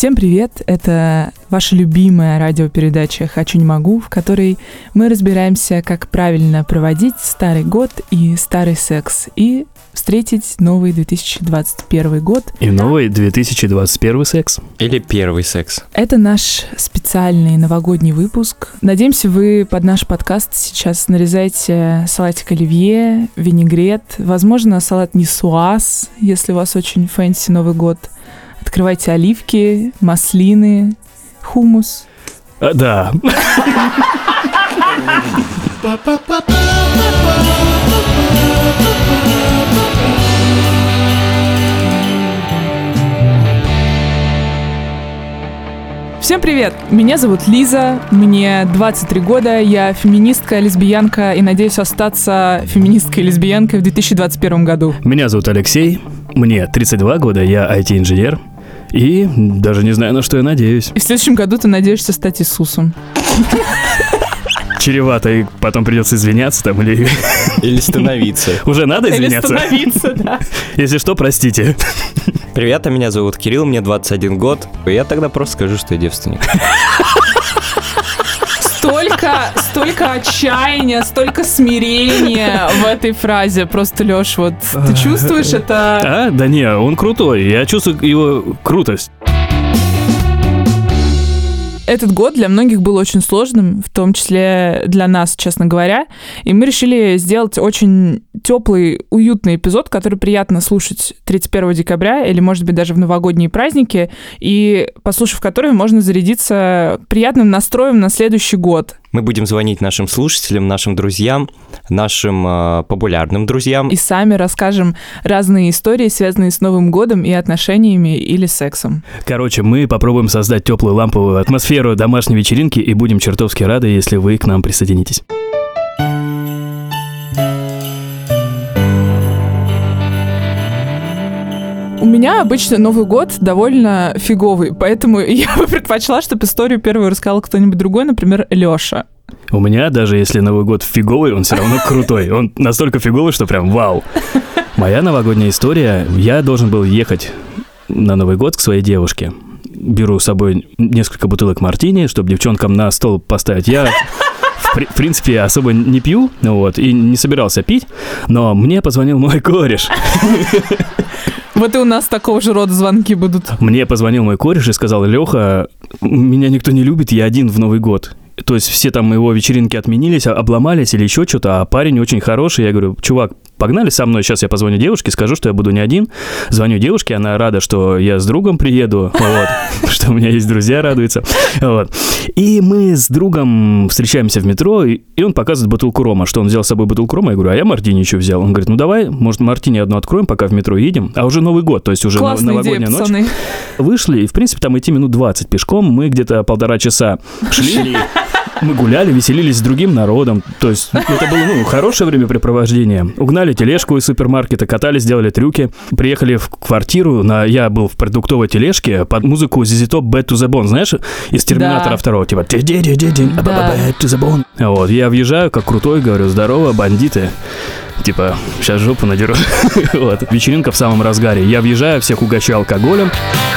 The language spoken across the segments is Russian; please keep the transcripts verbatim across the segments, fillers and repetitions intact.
Всем привет! Это ваша любимая радиопередача «Хочу, не могу», в которой мы разбираемся, как правильно проводить старый год и старый секс, и встретить новый две тысячи двадцать первый год. И новый две тысячи двадцать первый секс. Или первый секс. Это наш специальный новогодний выпуск. Надеемся, вы под наш подкаст сейчас нарезаете салатик оливье, винегрет, возможно, салат нисуаз, если у вас очень фэнси Новый год. Открывайте оливки, маслины, хумус. А, да. Всем привет! Меня зовут Лиза, мне двадцать три года, я феминистка, лесбиянка и надеюсь остаться феминисткой и лесбиянкой в две тысячи двадцать первом году. Меня зовут Алексей, мне тридцать два года, я ай ти-инженер и даже не знаю, на что я надеюсь. И в следующем году ты надеешься стать Иисусом. Чревато, и потом придется извиняться там или... Или становиться. Уже надо извиняться? Или становиться, да. Если что, простите. Привет, а меня зовут Кирилл, мне двадцать один год. Я тогда просто скажу, что я девственник. Столько, столько отчаяния, столько смирения в этой фразе. Просто, Лёш, вот ты чувствуешь это? А, да не, он крутой, я чувствую его крутость. Этот год для многих был очень сложным, в том числе для нас, честно говоря. И мы решили сделать очень теплый, уютный эпизод, который приятно слушать тридцать первого декабря или, может быть, даже в новогодние праздники, и послушав который, можно зарядиться приятным настроем на следующий год. Мы будем звонить нашим слушателям, нашим друзьям, нашим э, популярным друзьям. И сами расскажем разные истории, связанные с Новым годом и отношениями или сексом. Короче, мы попробуем создать теплую ламповую атмосферу домашней вечеринки и будем чертовски рады, если вы к нам присоединитесь. У меня обычно Новый год довольно фиговый, поэтому я бы предпочла, чтобы историю первую рассказал кто-нибудь другой, например, Лёша. У меня, даже если Новый год фиговый, он все равно крутой. Он настолько фиговый, что прям вау. Моя новогодняя история. Я должен был ехать на Новый год к своей девушке. Беру с собой несколько бутылок мартини, чтобы девчонкам на стол поставить. Я... В принципе, особо не пью, вот, и не собирался пить, но мне позвонил мой кореш. Вот и у нас такого же рода звонки будут. Мне позвонил мой кореш и сказал: Леха, меня никто не любит, я один в Новый год. То есть все там его вечеринки отменились, обломались или еще что-то, а парень очень хороший. Я говорю: чувак, погнали со мной, сейчас я позвоню девушке, скажу, что я буду не один. Звоню девушке, она рада, что я с другом приеду, вот, что у меня есть друзья, радуется. Вот. И мы с другом встречаемся в метро, и он показывает бутылку рома, что он взял с собой бутылку рома. Я говорю: а я мартини еще взял. Он говорит: ну давай, может, мартини одну откроем, пока в метро едем. А уже Новый год, то есть уже классная новогодняя идея, ночь. Пацаны. Вышли, и, в принципе, там идти минут двадцать пешком. Мы где-то полтора часа шли. Мы гуляли, веселились с другим народом. То есть это было, ну, хорошее времяпрепровождение. Угнали тележку из супермаркета, катались, делали трюки. Приехали в квартиру. На... Я был в продуктовой тележке под музыку зет зет Top Bad to the Bone. Знаешь, из Терминатора да. второго. Типа Bad to the Bone. Вот, я въезжаю, как крутой, говорю: здорово, бандиты. Типа, сейчас жопу надеру. Вот. Вечеринка в самом разгаре. Я въезжаю, всех угощаю алкоголем.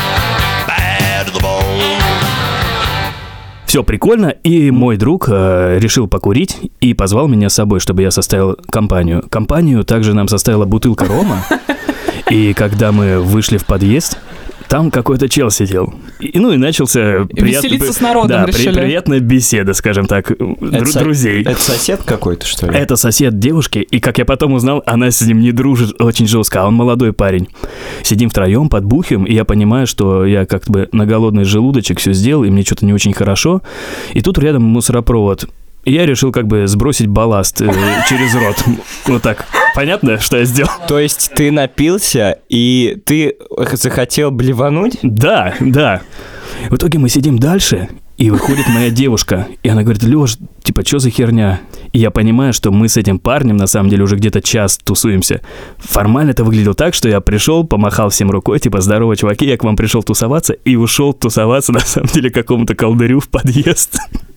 Все прикольно, и мой друг э, решил покурить и позвал меня с собой, чтобы я составил компанию. Компанию также нам составила бутылка рома, и когда мы вышли в подъезд, там какой-то чел сидел. И, ну и начался приятный, веселиться с народом, да, решили. при, приятная беседа, скажем так, это дру- со- друзей. Это сосед какой-то, что ли? Это сосед девушки, и, как я потом узнал, она с ним не дружит очень жестко, а он молодой парень. Сидим втроем, подбухиваем, и я понимаю, что я как бы на голодный желудочек все сделал, и мне что-то не очень хорошо. И тут рядом мусоропровод. И я решил как бы сбросить балласт э, через рот. Вот так. Понятно, что я сделал? То есть ты напился, и ты захотел блевануть? Да, да. В итоге мы сидим дальше, и выходит моя девушка. И она говорит: Лёш, типа, что за херня? И я понимаю, что мы с этим парнем, на самом деле, уже где-то час тусуемся. Формально это выглядело так, что я пришел, помахал всем рукой, типа: здорово, чуваки, я к вам пришел тусоваться, и ушел тусоваться, на самом деле, к какому-то колдырю в подъезд.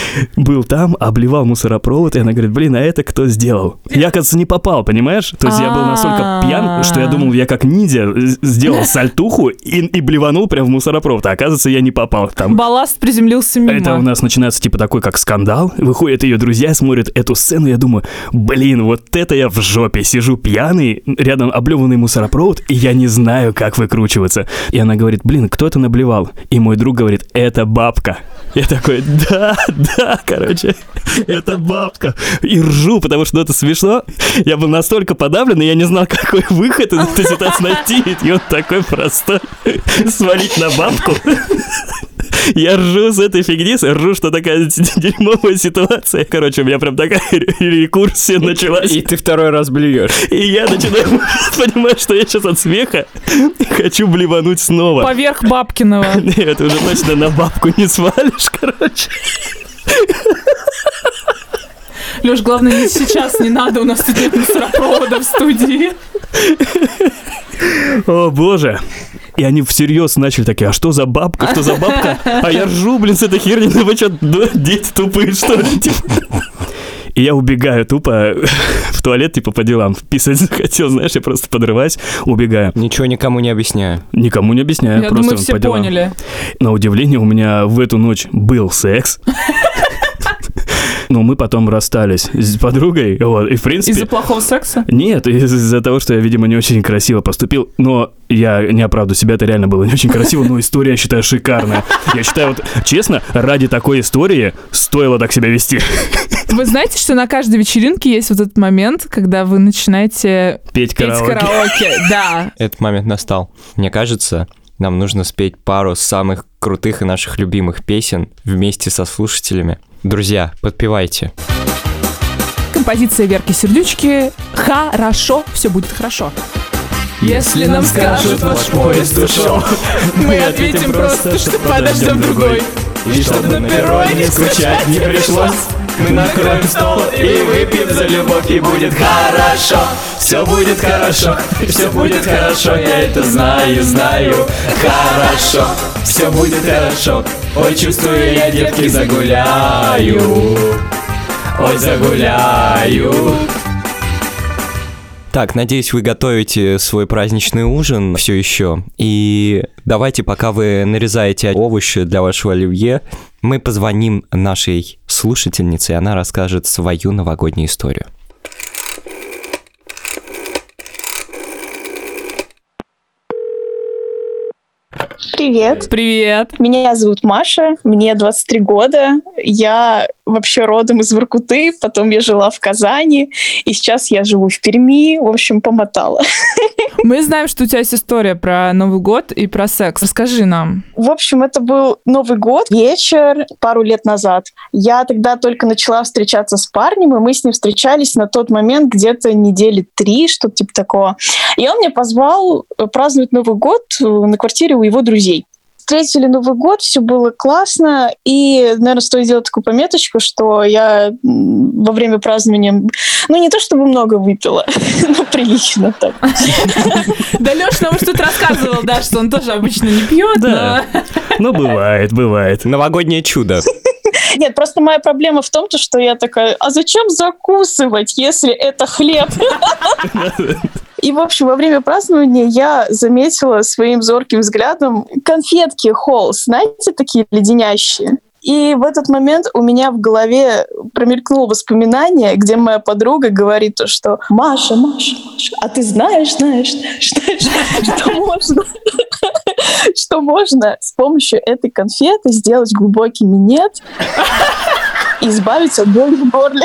был там, обливал мусоропровод, и она говорит, блин, а это кто сделал? Я, оказывается, не попал, понимаешь? То есть я был настолько пьян, что я думал, я как ниндзя сделал сальтуху и, и блеванул прям в мусоропровод, а оказывается, я не попал там. Балласт приземлился мимо. Это у нас начинается типа такой, как скандал. Выходят ее друзья, смотрят эту сцену, я думаю, блин, вот это я в жопе. Сижу пьяный, рядом облеванный мусоропровод, и я не знаю, как выкручиваться. И она говорит, блин, кто это наблевал? И мой друг говорит, это бабка. Я такой, да, да, короче, это бабка. И ржу, потому что это смешно. Я был настолько подавлен, и я не знал, какой выход из этой ситуации найти. И он такой простой. Свалить на бабку. Я ржу с этой фигни, ржу, что такая дерьмовая ситуация. Короче, у меня прям такая рекурсия началась. И ты второй раз блюешь. И я начинаю понимать, что я сейчас от смеха хочу блевануть снова. Поверх бабкиного. Нет, уже точно на бабку не свалишь, короче. Лёш, главное, не сейчас, не надо, у нас тут нет мусоропровода в студии. О, боже. И они всерьез начали такие, а что за бабка, что за бабка? А я ржу, блин, с этой херней, ну вы что, дети тупые, что ли? И я убегаю тупо в туалет, типа, по делам. Писать захотел, знаешь, я просто подрываюсь, убегаю. Ничего никому не объясняю. Никому не объясняю, Я просто думаю, все по делам. поняли. На удивление, у меня в эту ночь был секс. Но мы потом расстались с подругой, вот, и в принципе... Из-за плохого секса? Нет, из-за того, что я, видимо, не очень красиво поступил, но я не оправдываю себя, это реально было не очень красиво, но история, я считаю, шикарная. Я считаю, вот, честно, ради такой истории стоило так себя вести. Вы знаете, что на каждой вечеринке есть вот этот момент, когда вы начинаете Петь караоке. Петь караоке, да. Этот момент настал. Мне кажется, нам нужно спеть пару самых крутых и наших любимых песен вместе со слушателями. Друзья, подпевайте. Композиция Верки Сердючки «Хорошо, все будет хорошо». Если нам скажут, ваш поезд ушел, мы ответим просто, что подождем другой. И чтобы на перроне скучать не пришлось, мы накроем стол и выпьем за любовь, и будет хорошо. Все будет хорошо, все будет хорошо, я это знаю, знаю. Хорошо, все будет хорошо. Ой, чувствую, я, девки, загуляю. Ой, загуляю. Так, надеюсь, вы готовите свой праздничный ужин все еще. И давайте, пока вы нарезаете овощи для вашего оливье, мы позвоним нашей слушательнице, и она расскажет свою новогоднюю историю. Привет. Привет. Меня зовут Маша, мне двадцать три года. Я вообще родом из Воркуты, потом я жила в Казани, и сейчас я живу в Перми. В общем, помотала. Мы знаем, что у тебя есть история про Новый год и про секс. Расскажи нам. В общем, это был Новый год, вечер, пару лет назад. Я тогда только начала встречаться с парнем, и мы с ним встречались на тот момент где-то недели три, что-то типа такого. И он меня позвал праздновать Новый год на квартире у его друзей. Встретили Новый год, все было классно, и, наверное, стоит сделать такую пометочку, что я во время празднования, ну, не то чтобы много выпила, но прилично так. Да Лёш нам уж тут рассказывал, да, что он тоже обычно не пьет, но... Ну, бывает, бывает. Новогоднее чудо. Нет, просто моя проблема в том, что я такая, а зачем закусывать, если это хлеб? И, в общем, во время празднования я заметила своим зорким взглядом конфетки Halls, знаете, такие леденящие. И в этот момент у меня в голове промелькнуло воспоминание, где моя подруга говорит то, что «Маша, Маша, Маша, а ты знаешь, знаешь, знаешь, знаешь, что можно, что можно с помощью этой конфеты сделать глубокий минет и избавиться от боли в горле».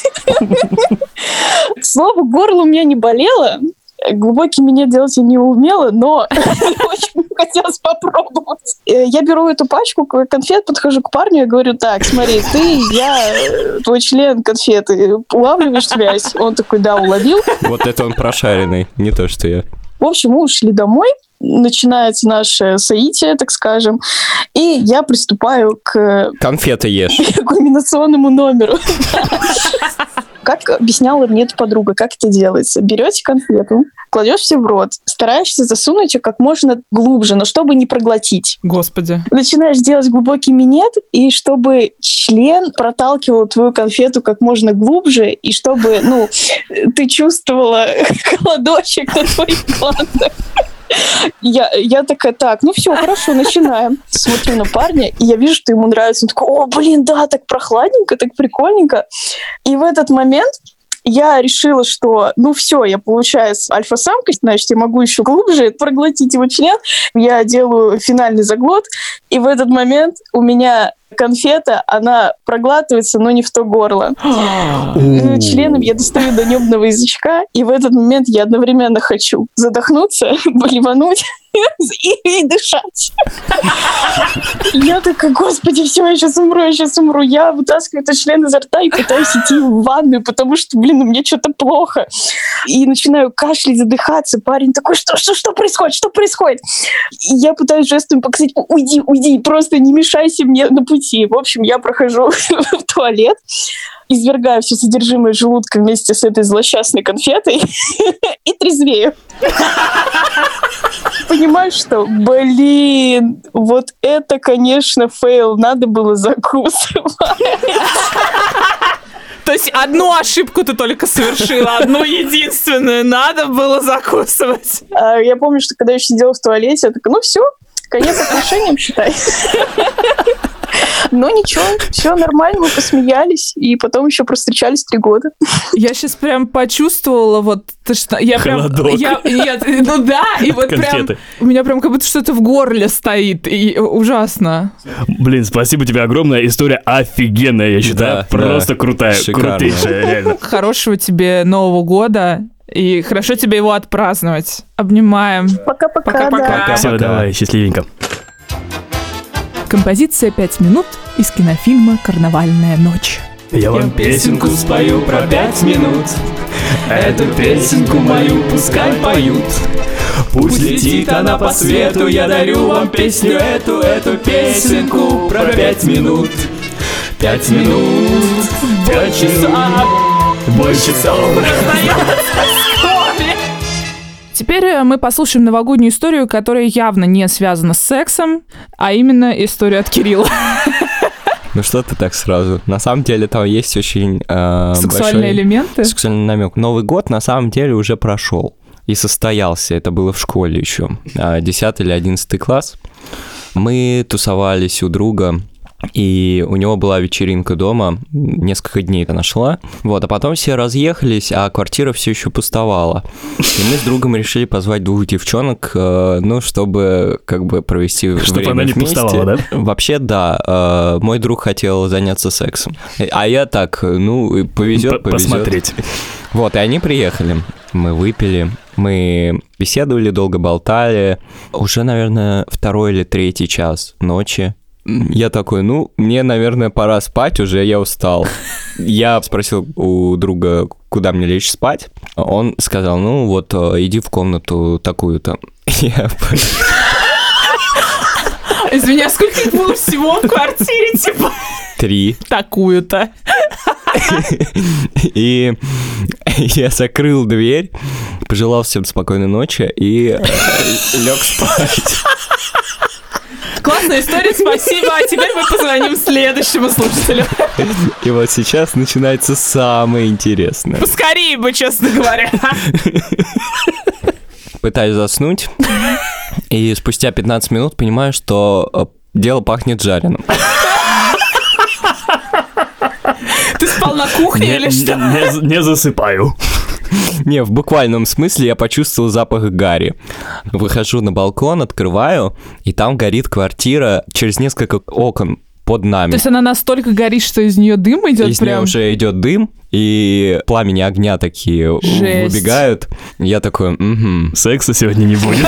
К слову, горло у меня не болело, глубокий минет делать я не умела, но очень хотелось попробовать. Я беру эту пачку конфет, подхожу к парню и говорю: так, смотри, ты, я, твой член конфеты, улавливаешь связь? Он такой: да, уловил. Вот это он прошаренный, не то, что я. В общем, мы ушли домой, начинается наше соитие, так скажем, и я приступаю к... Конфеты ешь. К кульминационному номеру. Как объясняла мне эта подруга, как это делается? Берете конфету, кладешь все в рот, стараешься засунуть ее как можно глубже, но чтобы не проглотить. Господи. Начинаешь делать глубокий минет, и чтобы член проталкивал твою конфету как можно глубже, и чтобы, ну, ты чувствовала холодочек на твоих гландах. Я, я такая, так, ну все, хорошо, начинаем. Смотрю на парня, и я вижу, что ему нравится. Он такой, о, блин, да, так прохладненько, так прикольненько. И в этот момент я решила, что, ну все, я, получается, альфа-самка, значит, я могу еще глубже проглотить его член. Я делаю финальный заглот, и в этот момент у меня конфета, она проглатывается, но не в то горло. Членом я достаю до небного язычка, и в этот момент я одновременно хочу задохнуться, блевануть и, и дышать. Я такая, господи, все, я сейчас умру, я сейчас умру. Я вытаскиваю этот член изо рта и пытаюсь идти в ванную, потому что, блин, мне что-то плохо. И начинаю кашлять, задыхаться. Парень такой, что, что, что происходит, что происходит? И я пытаюсь жестами показать, уйди, уйди, просто не мешайся мне на пути. В общем, я прохожу в туалет, извергаю все содержимое желудка вместе с этой злосчастной конфетой и трезвею. Понимаешь, что, блин, вот это, конечно, фейл, надо было закусывать. То есть одну ошибку ты только совершила, одну единственную, надо было закусывать. А я помню, что когда я сидела в туалете, я такая, ну все, конец отношениям, считай. Но ничего, все нормально, мы посмеялись, и потом еще простречались три года. Я сейчас прям почувствовала вот то, что я прям... Я, я, ну да, и вот прям... У меня прям как будто что-то в горле стоит, и ужасно. Блин, спасибо тебе огромное, история офигенная, я считаю, да, просто да. крутая, шикарная. Крутейшая, реально. Хорошего тебе Нового года, и хорошо тебе его отпраздновать. Обнимаем. Пока-пока. Пока-пока. Все, давай, счастливенько. Композиция «Пять минут» из кинофильма «Карнавальная ночь». Я вам песенку спою про пять минут. Эту песенку мою пускай поют. Пусть летит она по свету. Я дарю вам песню эту, эту песенку про пять минут. Пять минут, пять часов, больше часов. Теперь мы послушаем новогоднюю историю, которая явно не связана с сексом, а именно историю от Кирилла. Ну что ты так сразу? На самом деле там есть очень э, сексуальные большой элементы. Сексуальный намек. Новый год на самом деле уже прошел и состоялся. Это было в школе еще, десятый или одиннадцатый класс. Мы тусовались у друга. И у него была вечеринка дома, несколько дней она шла. Вот, а потом все разъехались, а квартира все еще пустовала. И мы с другом решили позвать двух девчонок, э, ну, чтобы как бы провести время вместе. Чтобы она не пустовала, да? Вообще, да. Э, мой друг хотел заняться сексом. А я так, ну, повезет, повезет. Посмотреть. Вот, и они приехали. Мы выпили, мы беседовали, долго болтали. Уже, наверное, второй или третий час ночи. Я такой, ну, мне, наверное, пора спать уже, я устал. Я спросил у друга, куда мне лечь спать. Он сказал, ну, вот, иди в комнату такую-то. Я... Извини, а сколько их было всего в квартире, типа? Три. Такую-то. И я закрыл дверь, пожелал всем спокойной ночи и лег спать. Классная история, спасибо. А теперь мы позвоним следующему слушателю. И вот сейчас начинается самое интересное. Поскорее бы, честно говоря. Пытаюсь заснуть, и спустя пятнадцать минут понимаю, что дело пахнет жареным. Ты спал на кухне не, или что? Не, не засыпаю. Не, в буквальном смысле я почувствовал запах гари. Выхожу на балкон, открываю, и там горит квартира через несколько окон под нами. То есть она настолько горит, что из нее дым идет из прям? Из нее уже идет дым, и пламени огня такие Жесть. Выбегают. Я такой, угу. Секса сегодня не будет.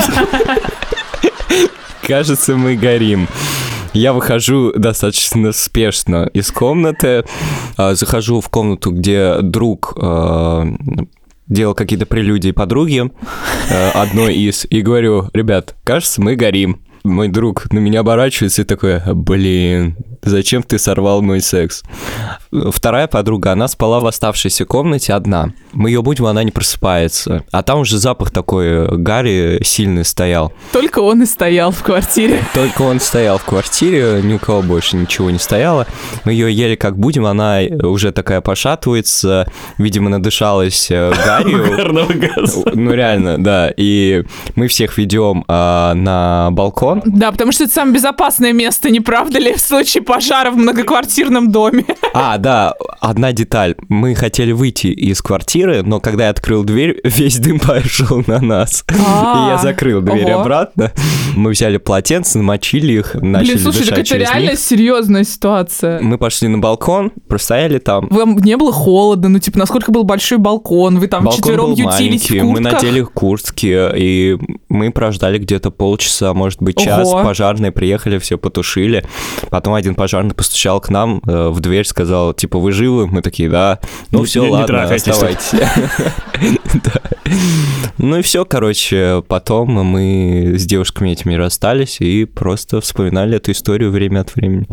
Кажется, мы горим. Я выхожу достаточно спешно из комнаты, захожу в комнату, где друг делал какие-то прелюдии подруги, одной из, и говорю, ребят, кажется, мы горим. Мой друг на меня оборачивается и такой, блин, зачем ты сорвал мой секс? Вторая подруга, она спала в оставшейся комнате одна. Мы ее будем, она не просыпается. А там уже запах такой гари сильный стоял. Только он и стоял в квартире. Только он стоял в квартире, ни у кого больше ничего не стояло. Мы ее еле как будем, она уже такая пошатывается, видимо, надышалась гарью. Угарного газа. Ну реально, да. И мы всех ведем а, на балкон. Да, потому что это самое безопасное место, не правда ли, в случае пожара в многоквартирном доме? А, да, одна деталь. Мы хотели выйти из квартиры, но когда я открыл дверь, весь дым пошел на нас. И я закрыл дверь обратно. Мы взяли полотенце, намочили их, начали Блин, слушай, так это реально серьезная ситуация. Мы пошли на балкон, простояли там. Вам не было холодно? Ну, типа, насколько был большой балкон? Вы там балкон вчетвером был ютились маленький, в куртках? Мы надели куртки, и мы прождали где-то полчаса, может быть, час. Ого. Пожарные приехали, все потушили. Потом один пожарный постучал к нам э, в дверь, сказал, типа, вы живы? Мы такие, да. Ну, Не- все, не- не ладно, трахайтесь. оставайтесь. Да. Ну и все, короче, потом мы с девушками этими расстались и просто вспоминали эту историю время от времени.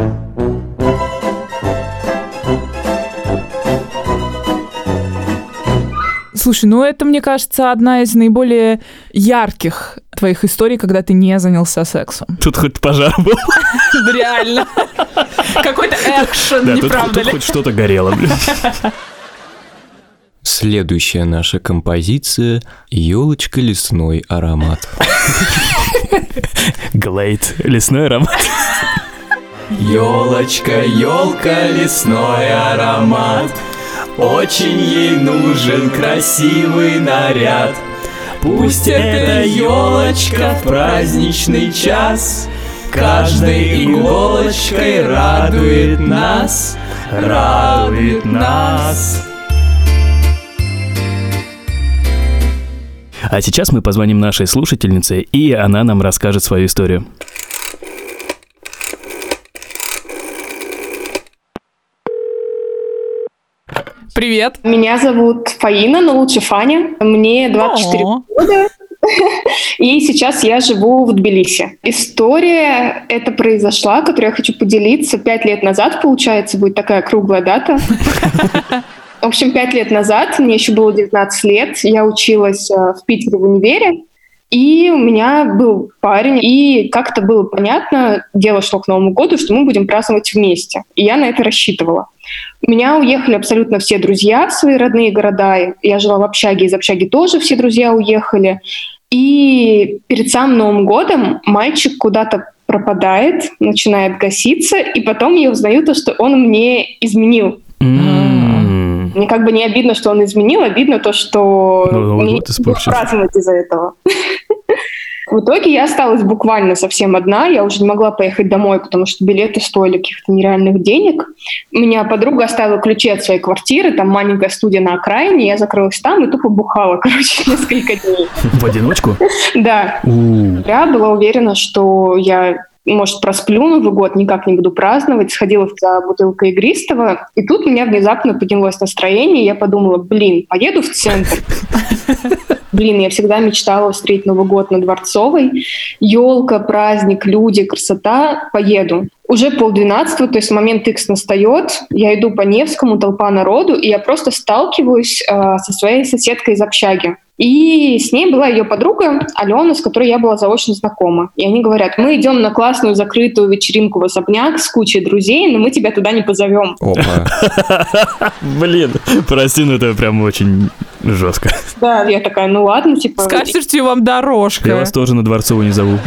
Слушай, ну это, мне кажется, одна из наиболее ярких твоих историй, когда ты не занялся сексом. Тут хоть пожар был. Реально. Какой-то экшен, Да, не тут правда тут ли? хоть что-то горело, блин. Следующая наша композиция «Елочка, лесной аромат». Глейд. Лесной аромат. Ёлочка, ёлка, лесной аромат. Очень ей нужен красивый наряд. Пусть эта ёлочка в праздничный час каждой иголочкой радует нас, радует нас. А сейчас мы позвоним нашей слушательнице, и она нам расскажет свою историю. Привет. Меня зовут Фаина, но лучше Фаня. Мне двадцать четыре О. года, и сейчас я живу в Тбилиси. История эта произошла, которую я хочу поделиться. Пять лет назад, получается, будет такая круглая дата. В общем, пять лет назад, мне еще было девятнадцать лет, я училась э, в Питере в универе, и у меня был парень, и как-то было понятно, дело шло к Новому году, что мы будем праздновать вместе. И я на это рассчитывала. У меня уехали абсолютно все друзья в свои родные города. Я жила в общаге, из общаги тоже все друзья уехали. И перед самым Новым годом мальчик куда-то пропадает, начинает гаситься, и потом я узнаю то, что он мне изменил. М. Мне как бы не обидно, что он изменил, обидно то, что Ну, мне вот не испорчен. праздновать из-за этого. В итоге я осталась буквально совсем одна, я уже не могла поехать домой, потому что билеты стоили каких-то нереальных денег. У меня подруга оставила ключи от своей квартиры, там маленькая студия на окраине, я закрылась там и тупо бухала, короче, несколько дней. В одиночку? Да. У. Я была уверена, что я, может, просплю Новый год, никак не буду праздновать. Сходила за бутылкой игристого, и тут у меня внезапно поднялось настроение, и я подумала, блин, поеду в центр. Блин, я всегда мечтала встретить Новый год на Дворцовой. Елка, праздник, люди, красота. Поеду. Уже полдвенадцатого, то есть момент Икс настает. Я иду по Невскому, толпа народу, и я просто сталкиваюсь э, со своей соседкой из общаги. И с ней была ее подруга Алена, с которой я была заочно знакома. И они говорят, мы идем на классную закрытую вечеринку в особняк с кучей друзей, но мы тебя туда не позовем. Опа. Блин, прости, но это прям очень жестко. Да, я такая, ну ладно, типа... С катертью вам Я дорожка. вас тоже на Дворцовую не зову.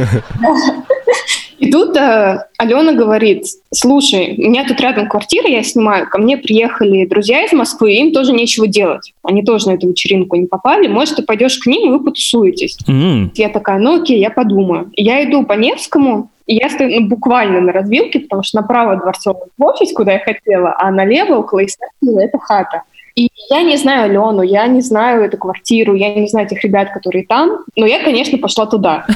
И тут э, Алена говорит, слушай, у меня тут рядом квартира, я снимаю, ко мне приехали друзья из Москвы, им тоже нечего делать. Они тоже на эту вечеринку не попали, может, ты пойдешь к ним, и вы потусуетесь. М. Я такая, ну окей, я подумаю. И я иду по Невскому, и я стою ну, буквально на развилке, потому что направо Дворцовая площадь, куда я хотела, а налево около Исаакиева это хата. И я не знаю Алену, я не знаю эту квартиру, я не знаю тех ребят, которые там, но я, конечно, пошла туда.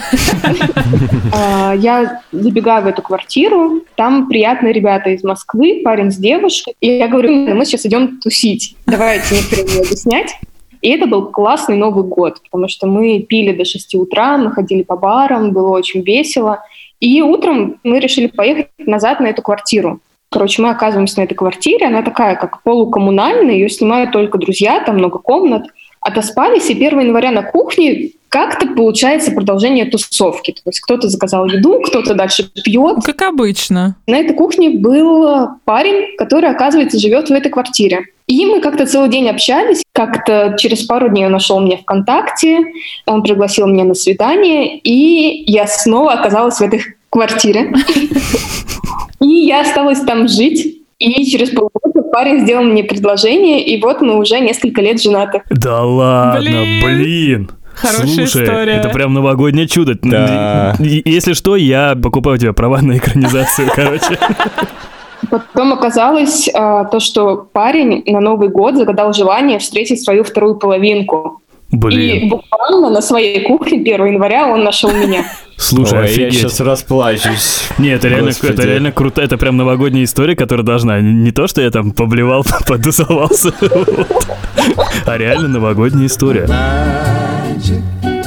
Я забегаю в эту квартиру, там приятные ребята из Москвы, парень с девушкой, и я говорю, мы сейчас идем тусить, давайте некоторые мне объяснять. И это был классный Новый год, потому что мы пили до шести утра, мы ходили по барам, было очень весело. И утром мы решили поехать назад на эту квартиру. Короче, мы оказываемся на этой квартире, она такая, как полукоммунальная, ее снимают только друзья, там много комнат. Отоспались, и первого января на кухне как-то получается продолжение тусовки. То есть кто-то заказал еду, кто-то дальше пьет. Как обычно. На этой кухне был парень, который, оказывается, живет в этой квартире. И мы как-то целый день общались. Как-то через пару дней он нашел меня ВКонтакте, он пригласил меня на свидание, и я снова оказалась в этой квартире. И я осталась там жить. И через полгода парень сделал мне предложение, и вот мы уже несколько лет женаты. Да ладно, Блин! блин. Хорошая Слушай, история. это прям новогоднее чудо. Да. Если что, я покупаю у тебя права на экранизацию, короче. Потом оказалось а, то, что парень на Новый год загадал желание встретить свою вторую половинку. Блин. И буквально на своей кухне первого января он нашел меня. Слушай, Ой, я офигеть. сейчас расплачусь. Не, это реально, Господи. это реально круто. Это прям новогодняя история, которая должна... Не то, что я там поблевал, потусовался, вот. А реально новогодняя история. Magic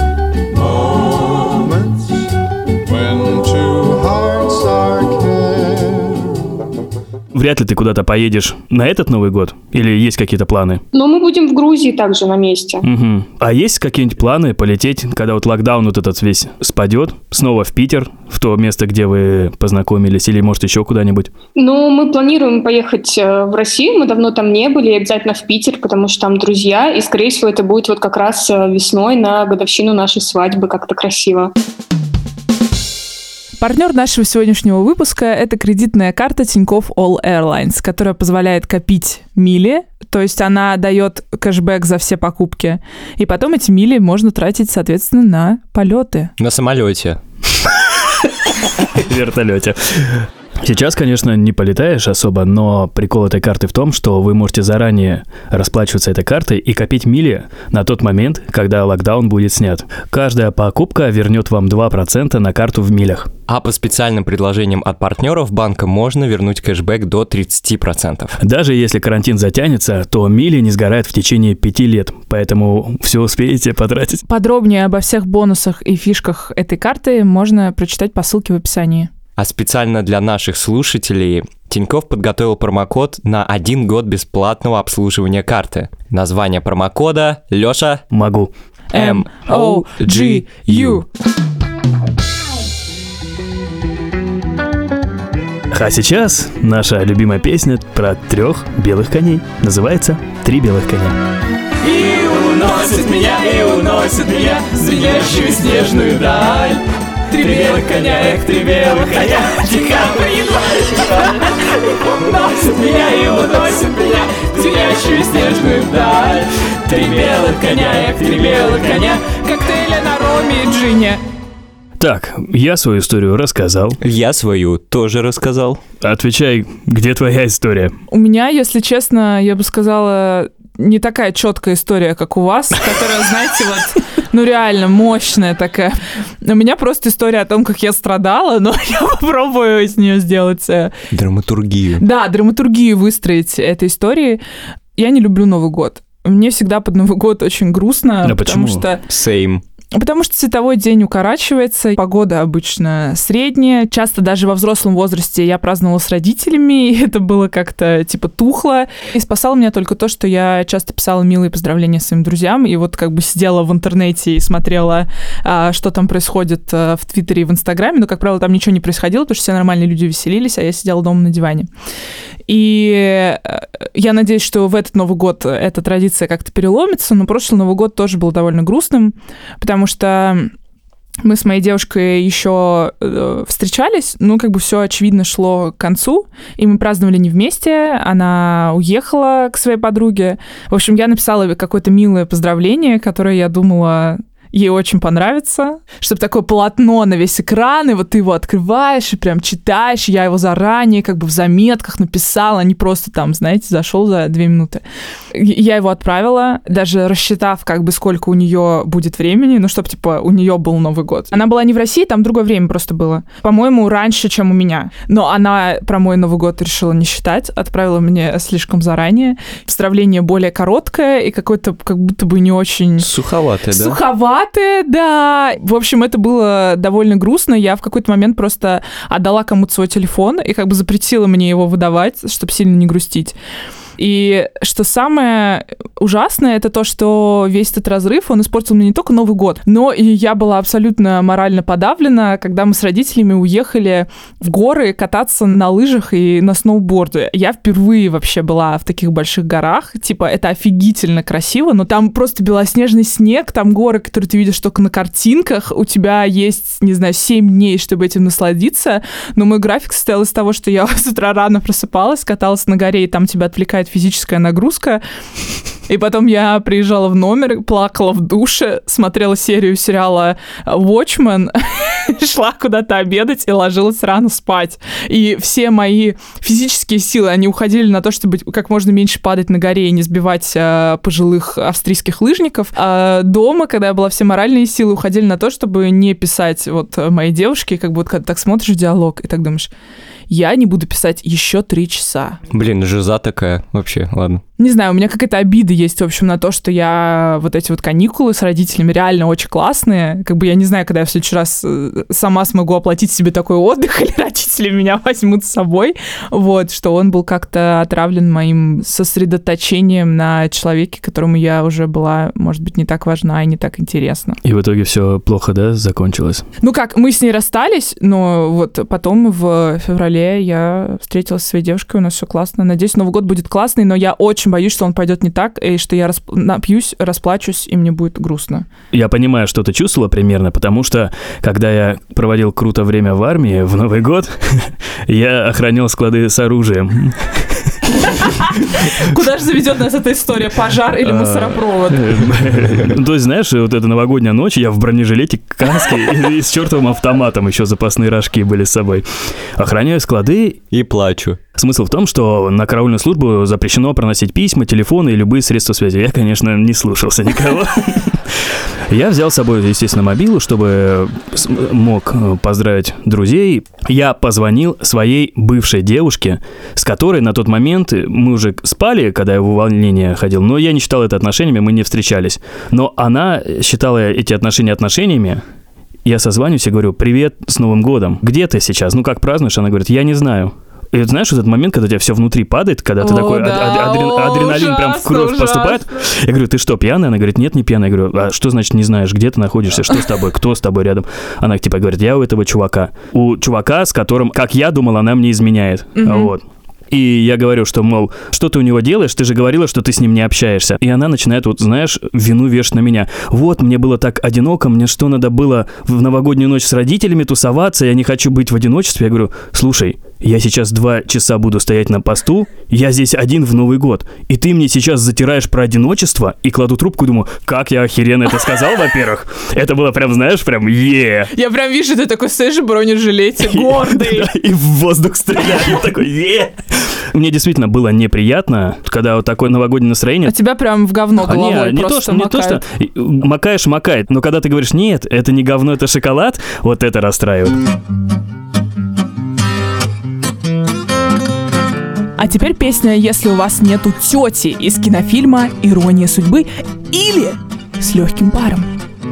moments when two hearts are kin. Вряд ли ты куда-то поедешь на этот Новый год? Или есть какие-то планы? Но мы будем в Грузии также на месте. Угу. А есть какие-нибудь планы полететь, когда вот локдаун вот этот весь спадет, снова в Питер, в то место, где вы познакомились, или, может, еще куда-нибудь? Ну, мы планируем поехать э, в Россию, мы давно там не были, обязательно в Питер, потому что там друзья, и, скорее всего, это будет вот как раз э, весной на годовщину нашей свадьбы, как-то красиво. Партнер нашего сегодняшнего выпуска – это кредитная карта Тинькофф All Airlines, которая позволяет копить мили, то есть она дает кэшбэк за все покупки, и потом эти мили можно тратить, соответственно, на полеты. На самолете. В вертолете. Сейчас, конечно, не полетаешь особо, но прикол этой карты в том, что вы можете заранее расплачиваться этой картой и копить мили на тот момент, когда локдаун будет снят. Каждая покупка вернет вам два процента на карту в милях. А по специальным предложениям от партнеров банка можно вернуть кэшбэк до тридцать процентов. Даже если карантин затянется, то мили не сгорают в течение пяти лет, поэтому все успеете потратить. Подробнее обо всех бонусах и фишках этой карты можно прочитать по ссылке в описании. А специально для наших слушателей Тинькофф подготовил промокод на один год бесплатного обслуживания карты. Название промокода, Лёша? Могу. эм о джи ю. А сейчас наша любимая песня про трех белых коней. Называется «Три белых коня». И уносит меня, и уносит меня в звенящую снежную даль. Три белых коня, эх, три белых коня, декабрь, январь. Уносит меня и уносит меня в звенящую снежную даль. Три белых коня, эх, три белых коня. Коктейли на роме и джине. Так, я свою историю рассказал. Я свою тоже рассказал. Отвечай, где твоя история? У меня, если честно, я бы сказала, не такая четкая история, как у вас, которая, знаете, вот, ну реально мощная такая. У меня просто история о том, как я страдала, но я попробую из нее сделать... Драматургию. Да, драматургию выстроить этой истории. Я не люблю Новый год. Мне всегда под Новый год очень грустно, Да потому почему? что... Same. Потому что световой день укорачивается, погода обычно средняя. Часто даже во взрослом возрасте я праздновала с родителями, и это было как-то типа тухло. И спасало меня только то, что я часто писала милые поздравления своим друзьям, и вот как бы сидела в интернете и смотрела, что там происходит в Твиттере и в Инстаграме, но, как правило, там ничего не происходило, потому что все нормальные люди веселились, а я сидела дома на диване. И я надеюсь, что в этот Новый год эта традиция как-то переломится, но прошлый Новый год тоже был довольно грустным, потому что мы с моей девушкой еще э, встречались, ну, как бы все, очевидно, шло к концу, и мы праздновали не вместе, она уехала к своей подруге. В общем, я написала какое-то милое поздравление, которое я думала... ей очень понравится, чтобы такое полотно на весь экран, и вот ты его открываешь и прям читаешь, я его заранее как бы в заметках написала, не просто там, знаете, зашел за две минуты. Я его отправила, даже рассчитав как бы сколько у нее будет времени, ну, чтобы типа у нее был Новый год. Она была не в России, там другое время просто было. По-моему, раньше, чем у меня. Но она про мой Новый год решила не считать, отправила мне слишком заранее. Поздравление более короткое и какое-то как будто бы не очень... Суховатое, да? Суховатое. виноваты, да. В общем, это было довольно грустно. Я в какой-то момент просто отдала кому-то свой телефон и как бы запретила мне его выдавать, чтобы сильно не грустить. И что самое ужасное, это то, что весь этот разрыв, он испортил мне не только Новый год, но и я была абсолютно морально подавлена, когда мы с родителями уехали в горы кататься на лыжах и на сноуборде. Я впервые вообще была в таких больших горах. Типа, это офигительно красиво, но там просто белоснежный снег, там горы, которые ты видишь только на картинках. У тебя есть, не знаю, семь дней, чтобы этим насладиться. Но мой график состоял из того, что я с утра рано просыпалась, каталась на горе, и там тебя отвлекает физическая нагрузка. И потом я приезжала в номер, плакала в душе, смотрела серию сериала «Watchmen», шла куда-то обедать и ложилась рано спать. И все мои физические силы, они уходили на то, чтобы как можно меньше падать на горе и не сбивать а, пожилых австрийских лыжников. А дома, когда я была, все моральные силы уходили на то, чтобы не писать вот моей девушке, как будто когда так смотришь в диалог и так думаешь, я не буду писать еще три часа. Блин, жиза такая вообще, ладно. Не знаю, у меня какая-то обида есть, в общем, на то, что я вот эти вот каникулы с родителями реально очень классные. Как бы я не знаю, когда я в следующий раз сама смогу оплатить себе такой отдых, или родители меня возьмут с собой. Вот, что он был как-то отравлен моим сосредоточением на человеке, которому я уже была, может быть, не так важна и не так интересна. И в итоге все плохо, да, закончилось? Ну как, мы с ней расстались, но вот потом в феврале я встретилась со своей девушкой, у нас все классно. Надеюсь, Новый год будет классный, но я очень боюсь, что он пойдет не так, и что я расп... напьюсь, расплачусь, и мне будет грустно. Я понимаю, что ты чувствовала примерно, потому что, когда я проводил круто время в армии в Новый год, я охранял склады с оружием. Куда же заведет нас эта история? Пожар или мусоропровод? То есть, знаешь, вот эта новогодняя ночь, я в бронежилете, каске и с чертовым автоматом, еще запасные рожки были с собой. Охраняю склады и плачу. Смысл в том, что на караульную службу запрещено проносить письма, телефоны и любые средства связи. Я, конечно, не слушался никого. Я взял с собой, естественно, мобилу, чтобы мог поздравить друзей. Я позвонил своей бывшей девушке, с которой на тот момент мы уже спали, когда я в увольнение ходил, но я не считал это отношениями, мы не встречались. Но она считала эти отношения отношениями. Я созваниваюсь и говорю: «Привет, с Новым годом. Где ты сейчас? Ну, как празднуешь?» Она говорит: «Я не знаю». И вот знаешь, вот этот момент, когда у тебя все внутри падает, когда ты О, такой, да, адрен, о, адреналин ужасно, прям в кровь ужасно. поступает. Я говорю: «Ты что, пьяная?» Она говорит: «Нет, не пьяная». Я говорю: «А что значит не знаешь, где ты находишься, что с тобой, кто с тобой рядом?» Она типа говорит: «Я у этого чувака». У чувака, с которым, как я думал, она мне изменяет. Mm-hmm. Вот. И я говорю, что, мол, что ты у него делаешь? Ты же говорила, что ты с ним не общаешься. И она начинает, вот, знаешь, вину вешать на меня. Вот, мне было так одиноко, мне что, надо было в новогоднюю ночь с родителями тусоваться, я не хочу быть в одиночестве. Я говорю: «Слушай, я сейчас два часа буду стоять на посту, я здесь один в Новый год, и ты мне сейчас затираешь про одиночество?» И кладу трубку и думаю: как я охеренно это сказал, во-первых. Это было прям, знаешь, прям е. Я прям вижу, ты такой стоишь в бронежилете, гордый. И в воздух стреляет, такой е. Мне действительно было неприятно, когда вот такое новогоднее настроение. А тебя прям в говно головой не, просто то, что, не то, что макаешь, макает, но когда ты говоришь: «Нет, это не говно, это шоколад», вот это расстраивает. А теперь песня «Если у вас нету тети» из кинофильма «Ирония судьбы» или «С легким паром».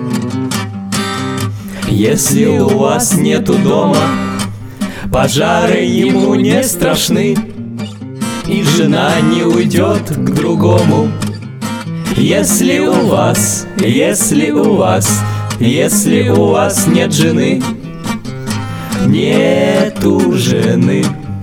Если у вас нету дома, пожары ему не страшны, и жена не уйдет к другому. Если у вас, если у вас, если у вас нет жены, нету жены.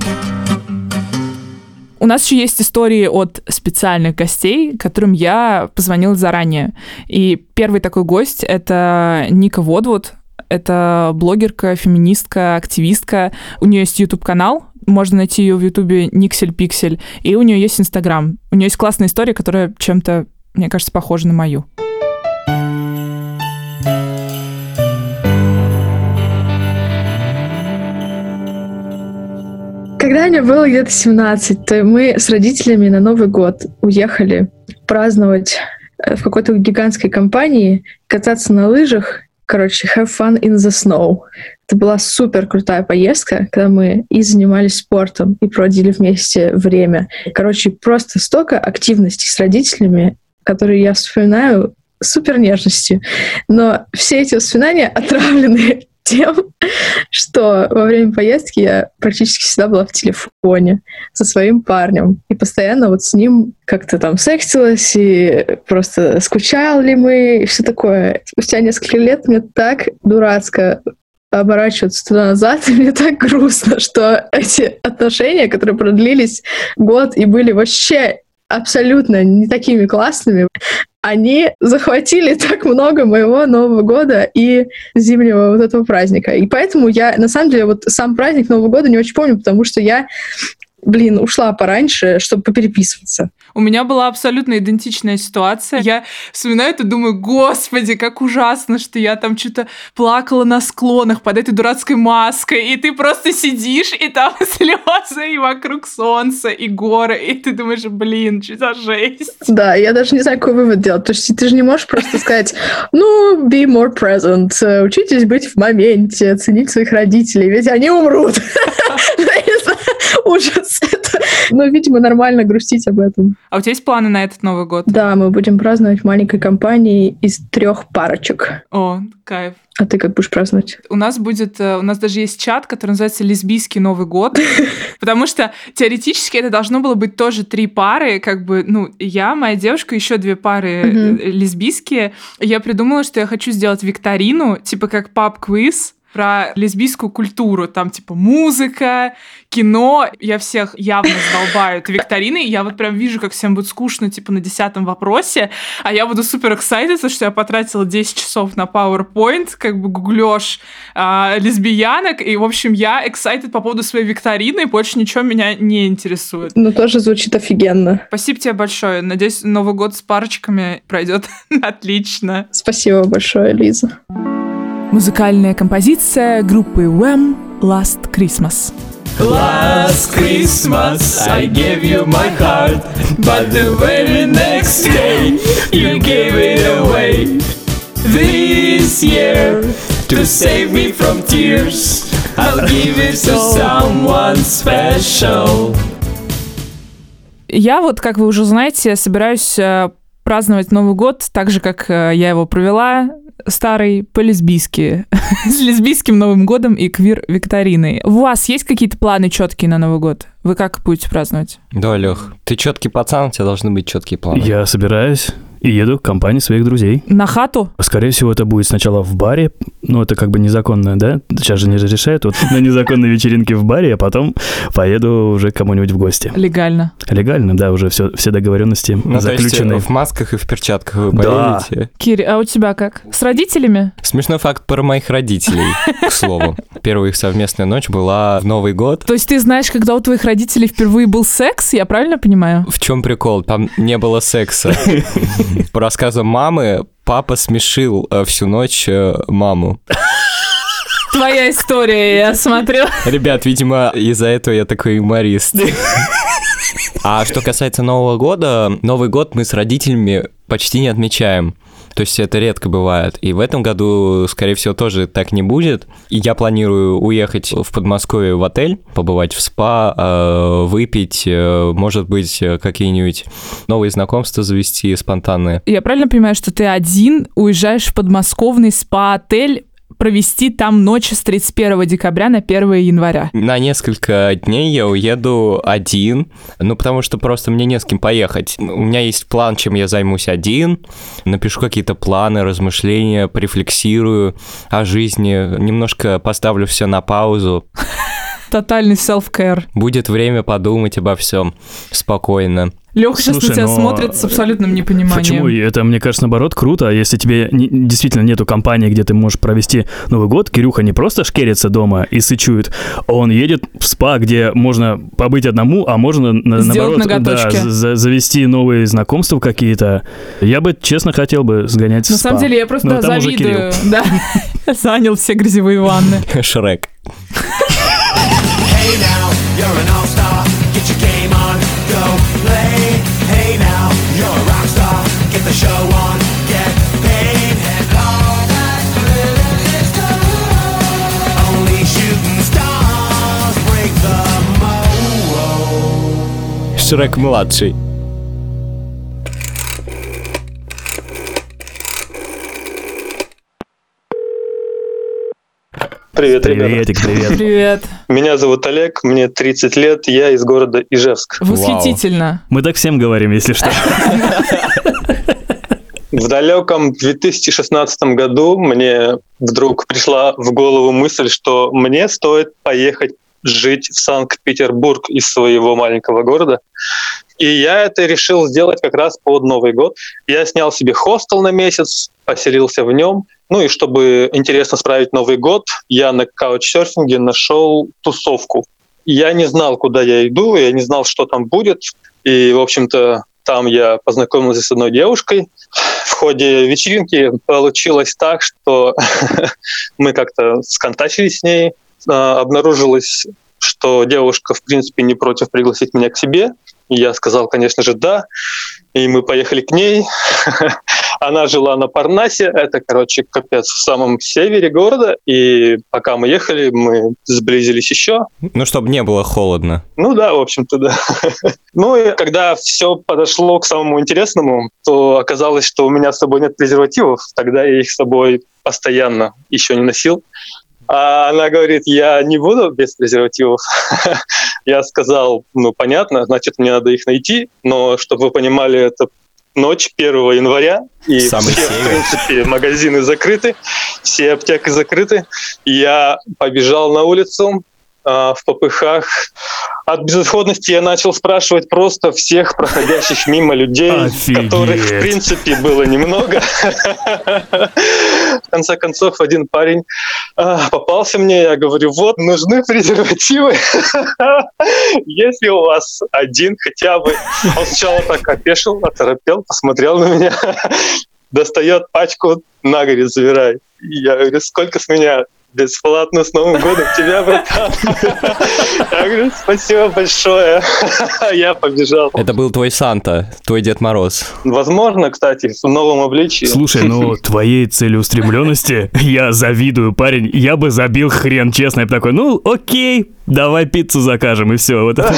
У нас еще есть истории от специальных гостей, которым я позвонила заранее. И первый такой гость — это Ника Водвуд. Это блогерка, феминистка, активистка. У нее есть YouTube-канал, можно найти ее в Ютубе Никсель Пиксель, и у нее есть Инстаграм. У нее есть классная история, которая чем-то, мне кажется, похожа на мою. Когда мне было где-то семнадцать, то мы с родителями на Новый год уехали праздновать в какой-то гигантской компании, кататься на лыжах. Короче, have fun in the snow. Это была супер крутая поездка, когда мы и занимались спортом, и проводили вместе время. Короче, просто столько активностей с родителями, которые я вспоминаю супер нежностью. Но все эти воспоминания отравлены тем, что во время поездки я практически всегда была в телефоне со своим парнем. И постоянно вот с ним как-то там секстилась, и просто скучали мы, и все такое. Спустя несколько лет мне так дурацко оборачиваться туда-назад, и мне так грустно, что эти отношения, которые продлились год и были вообще абсолютно не такими классными, они захватили так много моего Нового года и зимнего вот этого праздника. И поэтому я, на самом деле, вот сам праздник Нового года не очень помню, потому что я, блин, ушла пораньше, чтобы попереписываться. У меня была абсолютно идентичная ситуация. Я вспоминаю это, думаю, господи, как ужасно, что я там что-то плакала на склонах под этой дурацкой маской, и ты просто сидишь, и там слезы, и вокруг солнце, и горы, и ты думаешь, блин, что за жесть. Да, я даже не знаю, какой вывод делать. То есть ты же не можешь просто сказать, ну, be more present, учитесь быть в моменте, ценить своих родителей, ведь они умрут. Ужас. Но, видимо, нормально грустить об этом. А у тебя есть планы на этот Новый год? Да, мы будем праздновать в маленькой компании из трех парочек. О, кайф. А ты как будешь праздновать? У нас будет, у нас даже есть чат, который называется «Лесбийский Новый год», потому что теоретически это должно было быть тоже три пары, как бы, ну, я, моя девушка, еще две пары лесбийские. Я придумала, что я хочу сделать викторину, типа как паб-квиз, про лесбийскую культуру. Там, типа, музыка, кино. Я всех явно задолбаю этой викториной. Я вот прям вижу, как всем будет скучно, типа, на десятом вопросе. А я буду супер эксайтед, что я потратила десять часов на PowerPoint, как бы гуглёшь а, лесбиянок. И, в общем, я эксайтед по поводу своей викторины, и больше ничего меня не интересует. Ну, тоже звучит офигенно. Спасибо тебе большое. Надеюсь, Новый год с парочками пройдет отлично. Спасибо большое, Лиза. Музыкальная композиция группы Wham! Last Christmas. Last Christmas I gave you my heart, but the very next day you gave it away. This year, to save me from tears, I'll give it to someone special. Я вот, как вы уже знаете, собираюсь праздновать Новый год так же, как я его провела, старый, по-лесбийски, с лесбийским Новым годом и квир-викториной. У вас есть какие-то планы четкие на Новый год? Вы как будете праздновать? Да, Лёх, ты четкий пацан, у тебя должны быть четкие планы. Я собираюсь и еду в компании своих друзей. На хату? Скорее всего, это будет сначала в баре, но это как бы незаконно, да? Сейчас же не разрешают, вот на незаконной вечеринке в баре, а потом поеду уже к кому-нибудь в гости. Легально? Легально, да, уже все, все договоренности ну, заключены. То есть в масках и в перчатках вы да. поедете? Кирь, а у тебя как? С родителями? Смешной факт про моих родителей, к слову. Первая их совместная ночь была в Новый год. То есть ты знаешь, когда у твоих родителей впервые был секс, я правильно понимаю? В чем прикол? Там не было секса. По рассказам мамы, папа смешил всю ночь маму. Твоя история, я смотрю. Ребят, видимо, из-за этого я такой юморист. А что касается Нового года, Новый год мы с родителями почти не отмечаем. То есть это редко бывает. И в этом году, скорее всего, тоже так не будет. И я планирую уехать в Подмосковье в отель, побывать в спа, выпить, может быть, какие-нибудь новые знакомства завести спонтанные. Я правильно понимаю, что ты один уезжаешь в подмосковный спа-отель, провести там ночь с тридцать первого декабря на первое января? На несколько дней я уеду один, ну, потому что просто мне не с кем поехать. У меня есть план, чем я займусь один, напишу какие-то планы, размышления, порефлексирую о жизни, немножко поставлю все на паузу. Тотальный self-care. Будет время подумать обо всем спокойно. Лёха сейчас на тебя смотрит с абсолютным непониманием. Почему? Это, мне кажется, наоборот, круто. Если тебе не, действительно нету компании, где ты можешь провести Новый год, Кирюха не просто шкерится дома и сычует, он едет в спа, где можно побыть одному, а можно, на, наоборот, да, за, завести новые знакомства какие-то. Я бы, честно, хотел бы сгонять в на спа. На самом деле, я просто да, завидую. Да. Занял все грязевые ванны. Шрек. Hey now, you're an all-star, get your game on, go play. Hey now, you're a rock star, get the show on, get paid. And all that glitters is gold. Only shooting stars break the mold. Шрек-младший. Привет, Приветик, ребята. привет. Привет. Меня зовут Олег, мне тридцать лет, я из города Ижевск. Восхитительно. Мы так всем говорим, если что. В далеком две тысячи шестнадцатом году мне вдруг пришла в голову мысль, что мне стоит поехать жить в Санкт-Петербург из своего маленького города. И я это решил сделать как раз под Новый год. Я снял себе хостел на месяц, поселился в нем. Ну и чтобы интересно справить Новый год, я на каучсерфинге нашел тусовку. Я не знал, куда я иду, я не знал, что там будет. И, в общем-то, там я познакомился с одной девушкой. В ходе вечеринки получилось так, что мы как-то сконтачились с ней. Обнаружилось, что девушка, в принципе, не против пригласить меня к себе. И я сказал, конечно же, да. И мы поехали к ней. Она жила на Парнасе. Это, короче, капец, в самом севере города. И пока мы ехали, мы сблизились еще. Ну, чтобы не было холодно. Ну да, в общем-то, да. Ну и когда все подошло к самому интересному, то оказалось, что у меня с собой нет презервативов. Тогда я их с собой постоянно еще не носил. А она говорит, я не буду без презервативов. Я сказал, ну понятно, значит, мне надо их найти. Но, чтобы вы понимали, это ночь первого января, и Самый все, север. в принципе, магазины закрыты, все аптеки закрыты. Я побежал на улицу э, в попыхах. От безысходности я начал спрашивать просто всех проходящих мимо людей, Офигеть. которых, в принципе, было немного. В конце концов, один парень э, попался мне, я говорю, вот, нужны презервативы. Если у вас один хотя бы. Он сначала так опешил, оторопел, посмотрел на меня, достает пачку, на, говорит, забирай. И я говорю, сколько с меня? Бесплатно с Новым годом тебя, братан. Я говорю, спасибо большое. Я побежал. Это был твой Санта, твой Дед Мороз. Возможно, кстати, в новом обличии. Слушай, ну, твоей целеустремленности я завидую, парень. Я бы забил хрен, честно. Я бы такой, ну, окей, давай пиццу закажем, и все. Вот это.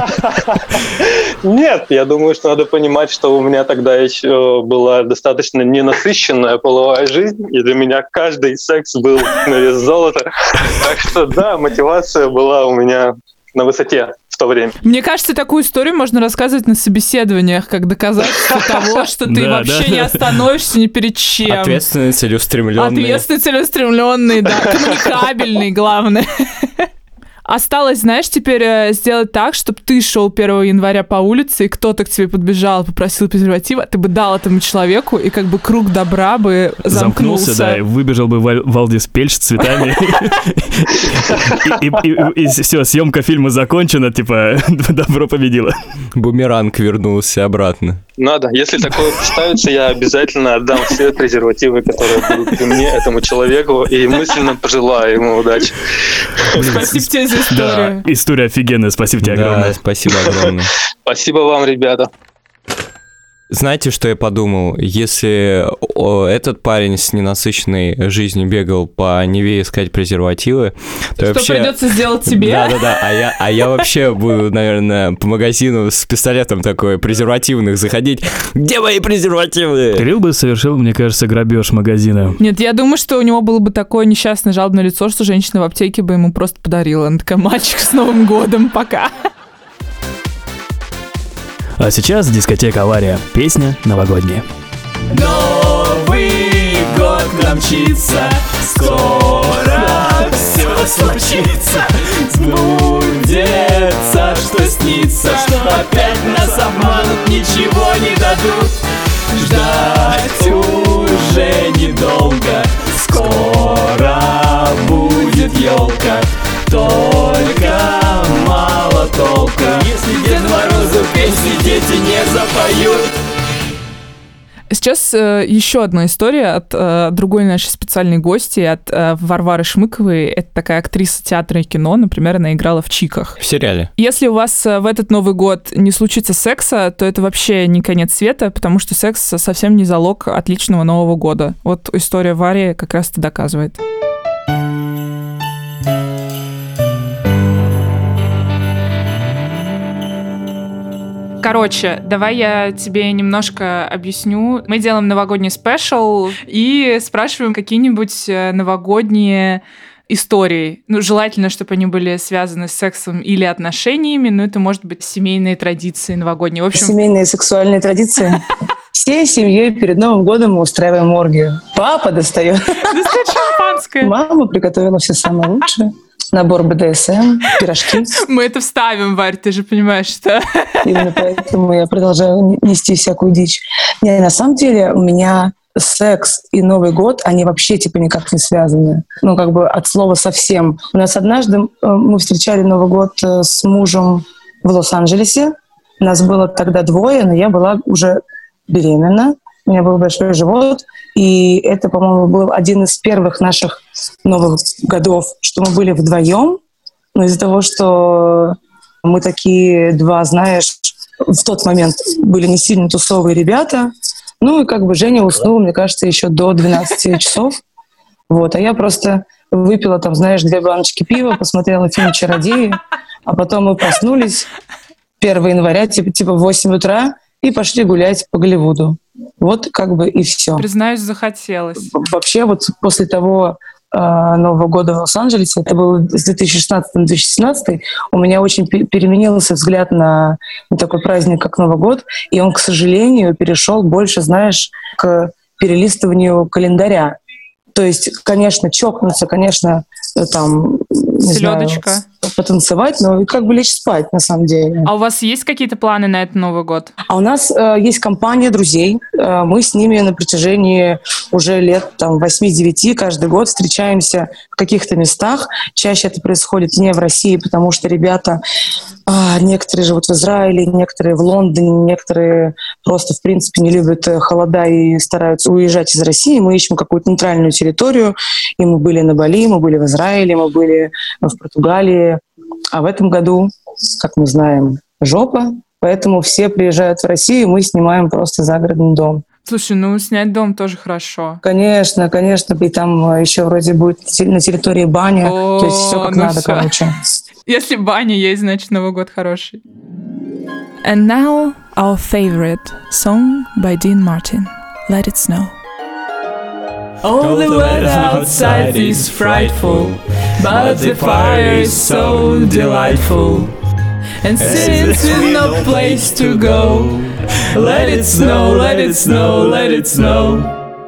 Нет, я думаю, что надо понимать, что у меня тогда еще была достаточно ненасыщенная половая жизнь, и для меня каждый секс был на вес золота. Так что да, мотивация была у меня на высоте в то время. Мне кажется, такую историю можно рассказывать на собеседованиях, как доказательство того, что ты Да, вообще да. не остановишься ни перед чем. Ответственный, целеустремленный. Ответственный, целеустремленный, да, коммуникабельный, главное. Осталось, знаешь, теперь э, сделать так, чтобы ты шел первого января по улице, и кто-то к тебе подбежал, попросил презерватива, ты бы дал этому человеку, и как бы круг добра бы замкнулся. Замкнулся, да, и выбежал бы Вал- Валдис Пельш с цветами. И все, съемка фильма закончена, типа, добро победило. Бумеранг вернулся обратно. Надо. Если такое представится, я обязательно отдам все презервативы, которые будут при мне, этому человеку, и мысленно пожелаю ему удачи. Спасибо тебе за Да, историю. история офигенная, спасибо тебе Да, огромное. спасибо огромное. Спасибо вам, ребята. Знаете, что я подумал? Если о, этот парень с ненасыщенной жизнью бегал по Неве искать презервативы, то Что вообще... придется сделать тебе? Да-да-да, а я, а я вообще буду, наверное, по магазину с пистолетом такой презервативных заходить. Где мои презервативы? Кирилл бы совершил, мне кажется, грабеж магазина. Нет, я думаю, что у него было бы такое несчастное жалобное лицо, что женщина в аптеке бы ему просто подарила. Она такая, мальчик, с Новым годом, пока. А сейчас дискотека «Авария». Песня новогодняя. Новый год к нам мчится, скоро все случится. Сбудется, что снится, что опять нас обманут, ничего не дадут. Ждать уже недолго, скоро будет елка. Только мало толка, если Дед Морозу песни дети не запоют. Сейчас э, еще одна история от э, другой нашей специальной гости, от э, Варвары Шмыковой. Это такая актриса театра и кино, например, она играла в «Чиках». В сериале. Если у вас э, в этот Новый год не случится секса, то это вообще не конец света, потому что секс совсем не залог отличного Нового года. Вот история Вари как раз это доказывает. Короче, давай я тебе немножко объясню. Мы делаем новогодний спешл и спрашиваем какие-нибудь новогодние историй. Ну, желательно, чтобы они были связаны с сексом или отношениями, но это может быть семейные традиции новогодние. В общем... Семейные сексуальные традиции. Всей семьей перед Новым годом мы устраиваем оргию. Папа достает. Достает шампанское. Мама приготовила все самое лучшее. Набор бэ дэ эс эм, пирожки. Мы это вставим, Варь, ты же понимаешь, что... Именно поэтому я продолжаю нести всякую дичь. Не, на самом деле у меня секс и Новый год, они вообще типа никак не связаны. Ну, как бы от слова совсем. У нас однажды мы встречали Новый год с мужем в Лос-Анджелесе. Нас было тогда двое, но я была уже беременна. У меня был большой живот. И это, по-моему, был один из первых наших Новых годов, что мы были вдвоем. Но из-за того, что мы такие два, знаешь, в тот момент были не сильно тусовые ребята. Ну и как бы Женя уснул, мне кажется, еще до двенадцати часов. Вот. А я просто выпила там, знаешь, две баночки пива, посмотрела фильм «Чародеи», а потом мы проснулись первого января, типа, типа в восемь утра, и пошли гулять по Голливуду. Вот как бы и все. Признаюсь, захотелось. Вообще вот после того э, Нового года в Лос-Анджелесе, это было с две тысячи шестнадцатого - две тысячи семнадцатый, у меня очень переменился взгляд на, на такой праздник, как Новый год, и он, к сожалению, перешел больше, знаешь, к перелистыванию календаря. То есть, конечно, чокнуться, конечно, там, не Селедочка. знаю, потанцевать, но как бы лечь спать, на самом деле. А у вас есть какие-то планы на этот Новый год? А у нас э, есть компания друзей. Э, мы с ними на протяжении уже лет там, восемь-девять каждый год встречаемся в каких-то местах. Чаще это происходит не в России, потому что ребята, э, некоторые живут в Израиле, некоторые в Лондоне, некоторые просто, в принципе, не любят холода и стараются уезжать из России. Мы ищем какую-то нейтральную территорию. И мы были на Бали, мы были в Израиле, мы были в Португалии. А в этом году, как мы знаем, жопа. Поэтому все приезжают в Россию, мы снимаем просто загородный дом. Слушай, ну снять дом тоже хорошо. Конечно, конечно. И там еще вроде будет на территории баня. О, то есть все как ну надо, всё. короче. Если баня есть, значит Новый год хороший. And now our favorite song by Dean Martin. Let it snow. All the weather outside is frightful, but the fire is so delightful. And since we've no place to go, let it snow, let it snow, let it snow.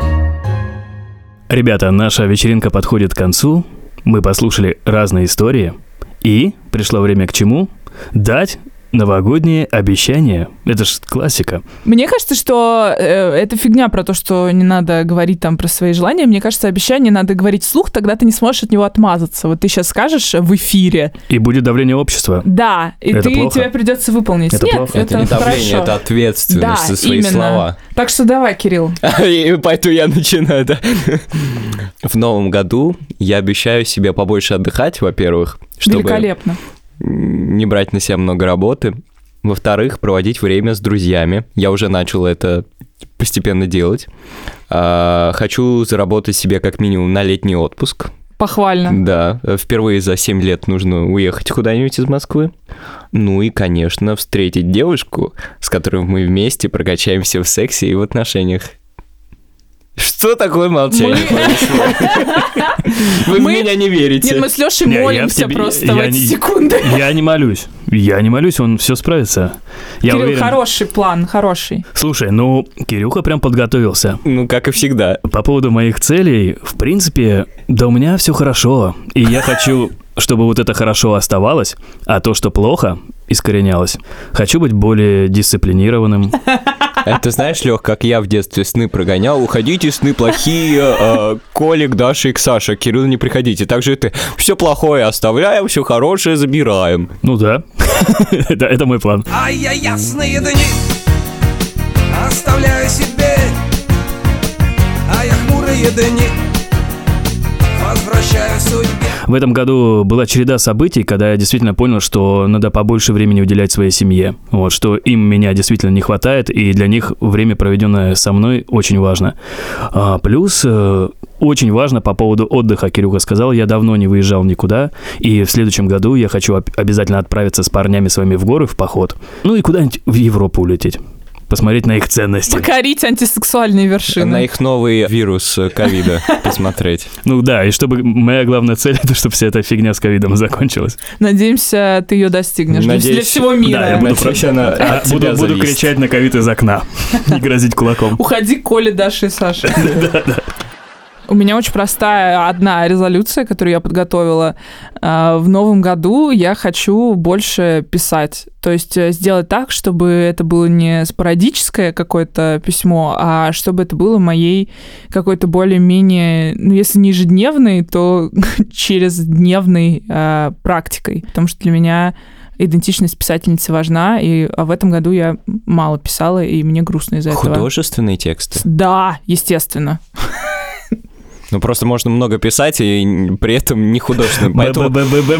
Ребята, наша вечеринка подходит к концу. Мы послушали разные истории. И пришло время к чему? Дать новогодние обещания. Это ж классика. Мне кажется, что э, это фигня про то, что не надо говорить там про свои желания. Мне кажется, обещание надо говорить вслух, тогда ты не сможешь от него отмазаться. Вот ты сейчас скажешь в эфире. И будет давление общества. Да, и это ты, плохо? тебе придется выполнить. Это Нет, плохо. Это, это не давление, хорошо. это ответственность Да, за свои именно. слова. Так что давай, Кирилл. И поэтому я начинаю, да. В новом году я обещаю себе побольше отдыхать, во-первых, чтобы Великолепно. не брать на себя много работы. Во-вторых, проводить время с друзьями. Я уже начал это постепенно делать. А, хочу заработать себе как минимум на летний отпуск. Похвально. Да, впервые за семь лет нужно уехать куда-нибудь из Москвы. Ну и, конечно, встретить девушку, с которой мы вместе прокачаемся в сексе и в отношениях. Что такое молчание? Вы в меня не верите. Нет, мы с Лешей Не, я в молимся тебе- просто я в эти не- секунды. Я не молюсь. Я не молюсь, он все справится. Я Кирилл, уверен. хороший план, хороший. Слушай, ну, Кирюха прям подготовился. Ну, как и всегда. По поводу моих целей, в принципе, да у меня все хорошо. И я хочу, чтобы вот это хорошо оставалось, а то, что плохо, искоренялось. Хочу быть более дисциплинированным. Это знаешь, Лёх, как я в детстве сны прогонял. Уходите, сны плохие, э, Колик, Даша и Ксаша. Кирилл, не приходите. Так же ты все плохое оставляем, все хорошее забираем. Ну да, это, это мой план. А я ясные дни оставляю себе, а я хмурые дни возвращаю судьбе. В этом году была череда событий, когда я действительно понял, что надо побольше времени уделять своей семье. Вот, что им меня действительно не хватает, и для них время, проведенное со мной, очень важно. А, плюс э, очень важно по поводу отдыха, Кирюха сказал, я давно не выезжал никуда, и в следующем году я хочу об- обязательно отправиться с парнями своими в горы в поход, ну и куда-нибудь в Европу улететь. посмотреть на их ценности. Покорить антисексуальные вершины. На их новый вирус ковида посмотреть. Ну да, и чтобы моя главная цель, это чтобы вся эта фигня с ковидом закончилась. Надеемся, ты ее достигнешь. Надеюсь, для всего мира. Да, я буду, Надеюсь, она от тебя буду, буду кричать на ковид из окна и грозить кулаком. Уходи к Коле, Даше и Саше. Да, да. У меня очень простая одна резолюция, которую я подготовила. В новом году я хочу больше писать. То есть сделать так, чтобы это было не спорадическое какое-то письмо, а чтобы это было моей какой-то более-менее, ну, если не ежедневной, то через дневной э, практикой. Потому что для меня идентичность писательницы важна, и в этом году я мало писала, и мне грустно из-за этого. Художественные тексты? Да, естественно. Ну, просто можно много писать, и при этом не художественно. Поэтому...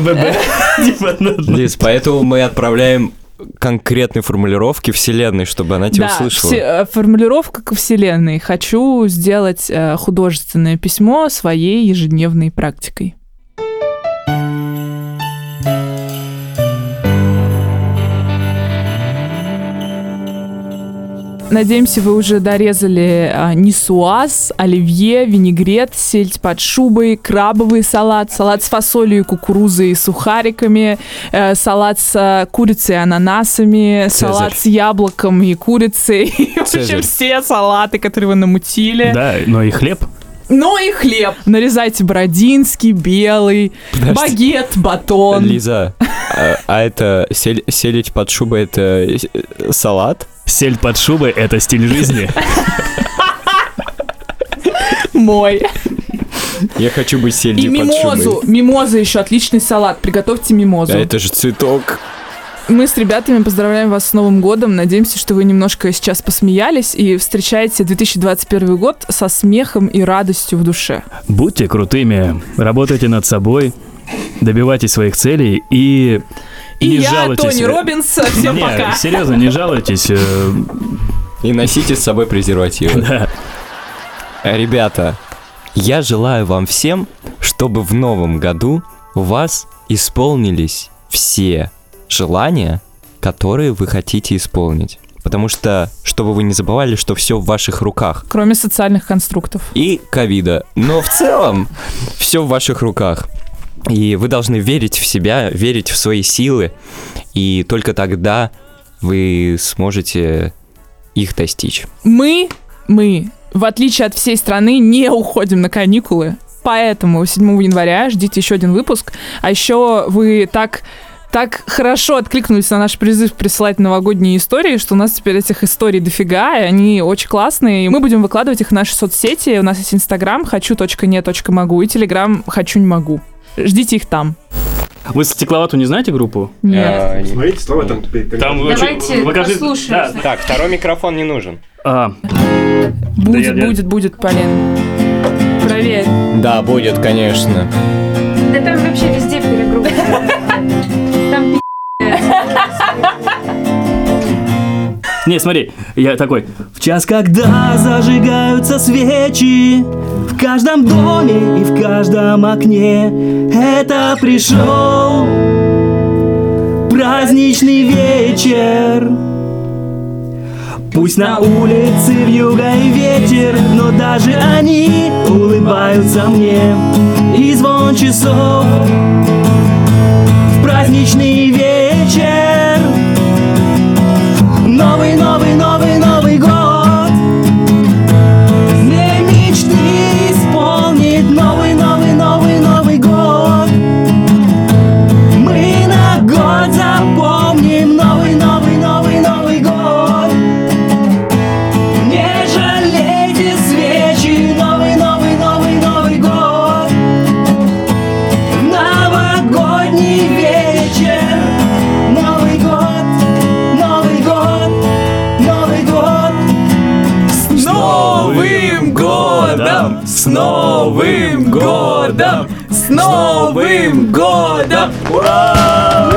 Лиз, поэтому мы отправляем конкретные формулировки Вселенной, чтобы она тебя да, услышала. Вс- формулировка к Вселенной. Хочу сделать художественное письмо своей ежедневной практикой. Надеемся, вы уже дорезали а, нисуаз, оливье, винегрет, сельдь под шубой, крабовый салат, салат с фасолью, кукурузой и сухариками, э, салат с э, курицей и ананасами, Цезарь. Салат с яблоком и курицей. В общем, Цезарь. все салаты, которые вы намутили. Да, но и хлеб. Ну и хлеб. Нарезайте бородинский, белый, Подожди. багет, батон. Лиза, а, а это сель- селедь под шубой, это э, салат? Сельдь под шубой — это стиль жизни. Мой. Я хочу быть И сельдью под мимозу. шубой. Мимоза еще отличный салат. Приготовьте мимозу. Да, это же цветок. Мы с ребятами поздравляем вас с Новым годом. Надеемся, что вы немножко сейчас посмеялись и встречаете две тысячи двадцать первый год со смехом и радостью в душе. Будьте крутыми, работайте над собой, добивайтесь своих целей и... И не я, жалуйтесь. Тони Роббинс. Всем не, пока. Серьезно, не жалуйтесь. И носите с собой презервативы. Да. Ребята, я желаю вам всем, чтобы в новом году у вас исполнились все желания, которые вы хотите исполнить. Потому что, чтобы вы не забывали, что все в ваших руках. Кроме социальных конструктов. И ковида. Но в целом все в ваших руках. И вы должны верить в себя, верить в свои силы. И только тогда вы сможете их достичь. Мы, мы, в отличие от всей страны, не уходим на каникулы. Поэтому седьмого января ждите еще один выпуск. А еще вы так... Так хорошо откликнулись на наш призыв присылать новогодние истории, что у нас теперь этих историй дофига, и они очень классные. И мы будем выкладывать их в наши соцсети. У нас есть Инстаграм хочу точка не точка могу и Телеграм хочу не могу. Ждите их там. Вы Стекловату не знаете группу? Нет. Смотрите, слова там теперь. Там Давайте покажи... послушаем. Да. Так, второй микрофон не нужен. А. Будет, Да я- будет, будет, Полин. Проверь. Да, будет, конечно. Да там вообще везде перегрузка. Там Не, смотри, я такой. В час, когда зажигаются свечи, в каждом доме и в каждом окне, это пришел праздничный вечер. Пусть на улице вьюга и ветер, но даже они улыбаются мне. И звон часов в праздничный вечер. Новый, новый, новый, новый год мне мечты исполнит. Новый, новый, новый, новый год. Мы на год запомним. Новый, новый, новый, новый год. Не жалейте свечи. Новый, новый, новый, новый год. Новогодний вечер. Новый год. Новый год. Новый год. С Новым годом! С Новым годом! С Новым годом! Ура!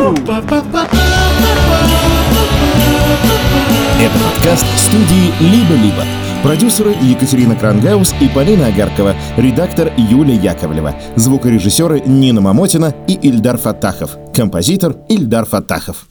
Это подкаст студии «Либо-либо». Продюсеры Екатерина Крангаус и Полина Агаркова. Редактор Юлия Яковлева. Звукорежиссеры Нина Мамотина и Ильдар Фаттахов. Композитор Ильдар Фаттахов.